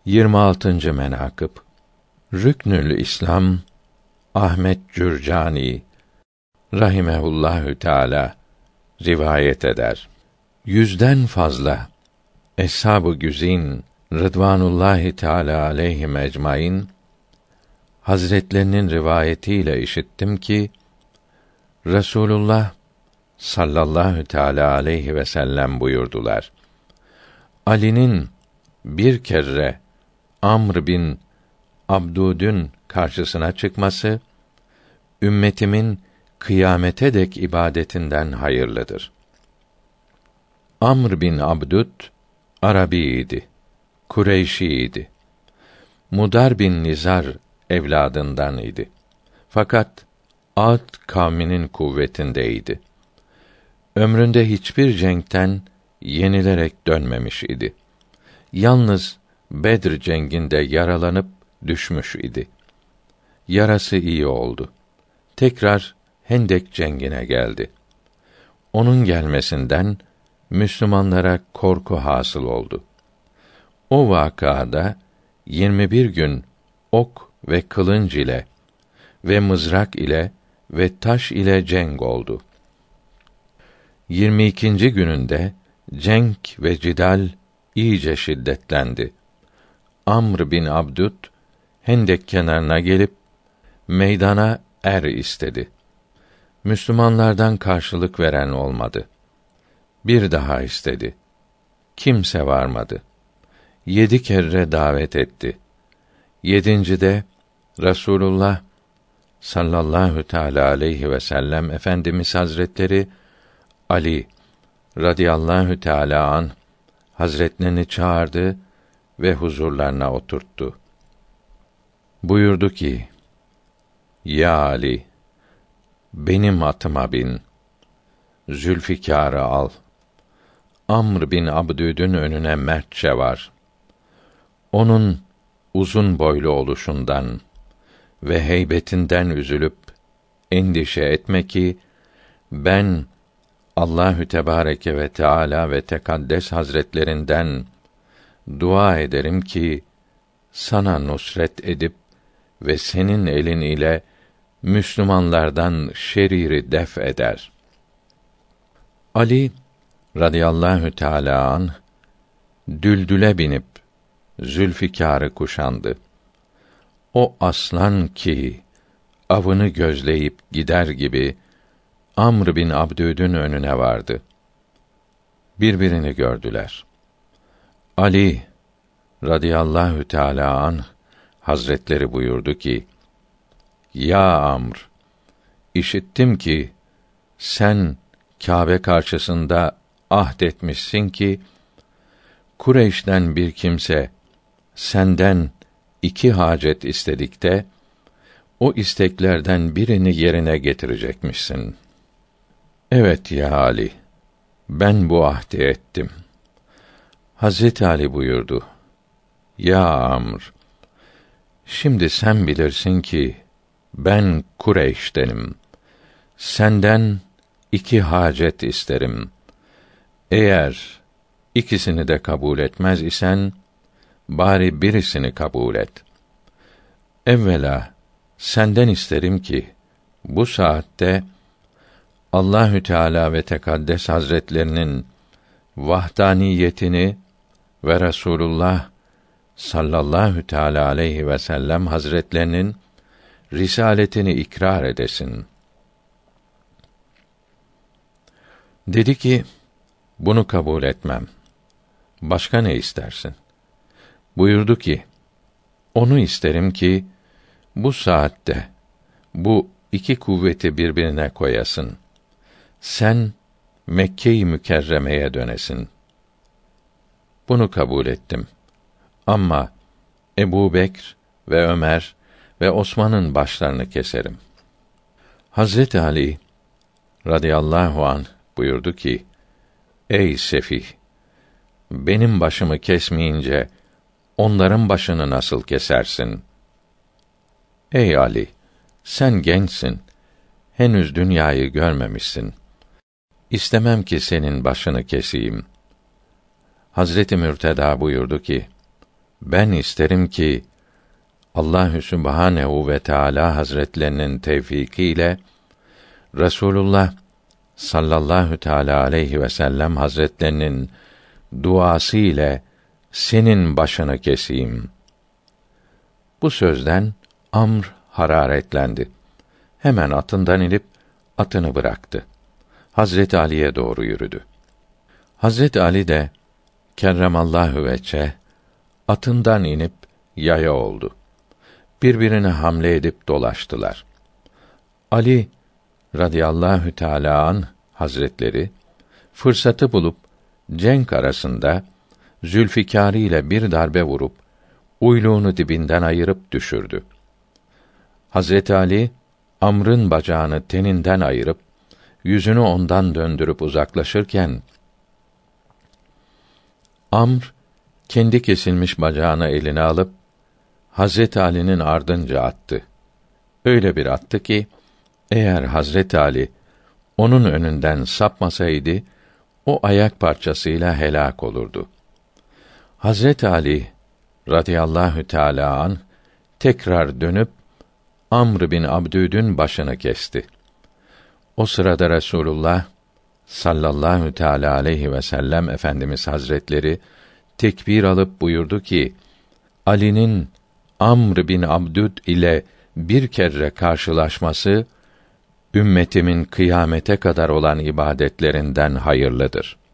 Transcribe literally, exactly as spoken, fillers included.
yirmi altıncı menakıb Rüknül İslam Ahmet Cürcani rahimehullahü teâlâ rivayet eder. Yüzden fazla eshab-ı güzin Rıdvanullahi Teâlâ aleyhim ecmaîn Hazretlerinin rivayetiyle işittim ki Resulullah sallallahu teâlâ aleyhi ve sellem buyurdular. Ali'nin bir kere Amr bin Abdud'un karşısına çıkması ümmetimin kıyamete dek ibadetinden hayırlıdır. Amr bin Abdud Arabiydi, Kureyşiydi. Mudar bin Nizar evladından idi. Fakat Ad kavminin kuvvetindeydi. Ömründe hiçbir cenkten yenilerek dönmemiş idi. Yalnız Bedr cenginde yaralanıp düşmüş idi. Yarası iyi oldu. Tekrar Hendek cengine geldi. Onun gelmesinden Müslümanlara korku hasıl oldu. O vakada yirmi bir gün ok ve kılınç ile ve mızrak ile ve taş ile cenk oldu. Yirmi ikinci gününde cenk ve cidal iyice şiddetlendi. Amr bin Abdud Hendek kenarına gelip meydana er istedi. Müslümanlardan karşılık veren olmadı. Bir daha istedi. Kimse varmadı. Yedi kere davet etti. Yedincide Resulullah sallallahu teâlâ aleyhi ve sellem Efendimiz Hazretleri Ali radıyallahu teâlâ anh Hazretlerini çağırdı ve huzurlarına oturttu. Buyurdu ki: Ya Ali, benim atıma bin. Zülfikar'ı al. Amr bin Abdüd'ün önüne mertçe var. Onun uzun boylu oluşundan ve heybetinden üzülüp endişe etme ki ben Allahü Tebareke ve Teala ve Tekaddes Hazretlerinden dua ederim ki sana nusret edip ve senin elin ile Müslümanlardan şeriri def eder. Ali radıyallahu teâlâ anh düldüle binip Zülfikar'ı kuşandı. O aslan ki avını gözleyip gider gibi Amr bin Abdüd'ün önüne vardı. Birbirini gördüler. Ali radıyallahu teâlâ anh Hazretleri buyurdu ki: Ya Amr, işittim ki sen Kâbe karşısında ahd etmişsin ki Kureyş'ten bir kimse senden iki hacet istedikte o isteklerden birini yerine getirecekmişsin. Evet ya Ali, ben bu ahdi ettim. Hazreti Ali buyurdu: Ya Amr, şimdi sen bilirsin ki ben Kureyş'tenim. Senden iki hacet isterim. Eğer ikisini de kabul etmez isen bari birisini kabul et. Evvela senden isterim ki bu saatte Allahü Teala ve Tekaddes Hazretlerinin vahdaniyetini ve Resulullah sallallahu teâlâ aleyhi ve sellem Hazretlerinin risaletini ikrar edesin. Dedi ki, bunu kabul etmem. Başka ne istersin? Buyurdu ki, onu isterim ki, bu saatte, bu iki kuvveti birbirine koyasın. Sen, Mekke-i Mükerreme'ye dönesin. Bunu kabul ettim. Ama Ebu Bekr ve Ömer ve Osman'ın başlarını keserim. Hazreti Ali radıyallahu anh buyurdu ki: Ey sefih! Benim başımı kesmeyince onların başını nasıl kesersin? Ey Ali! Sen gençsin. Henüz dünyayı görmemişsin. İstemem ki senin başını keseyim. Hazreti Mürteda buyurdu ki: ben isterim ki Allahü Sübhanehu ve Teala Hazretlerinin tevfikiyle Resulullah sallallahu teâlâ aleyhi ve sellem Hazretlerinin duası ile senin başını keseyim. Bu sözden Amr hararetlendi. Hemen atından inip atını bıraktı. Hazreti Ali'ye doğru yürüdü. Hazreti Ali de kerremallahu veçhe atından inip yaya oldu. Birbirine hamle edip dolaştılar. Ali radıyallahu teâlâ anh Hazretleri fırsatı bulup cenk arasında Zülfikârı ile bir darbe vurup uyluğunu dibinden ayırıp düşürdü. Hazreti Ali Amr'ın bacağını teninden ayırıp yüzünü ondan döndürüp uzaklaşırken Amr kendi kesilmiş bacağını eline alıp Hazreti Ali'nin ardınca attı. Öyle bir attı ki eğer Hazreti Ali onun önünden sapmasaydı o ayak parçasıyla helak olurdu. Hazreti Ali radıyallahu teâlâ anh tekrar dönüp Amr bin Abdüd'ün başını kesti. O sırada Resulullah sallallahu teâlâ aleyhi ve sellem Efendimiz Hazretleri tekbir alıp buyurdu ki, Ali'nin Amr bin Abdüd ile bir kere karşılaşması ümmetimin kıyamete kadar olan ibadetlerinden hayırlıdır.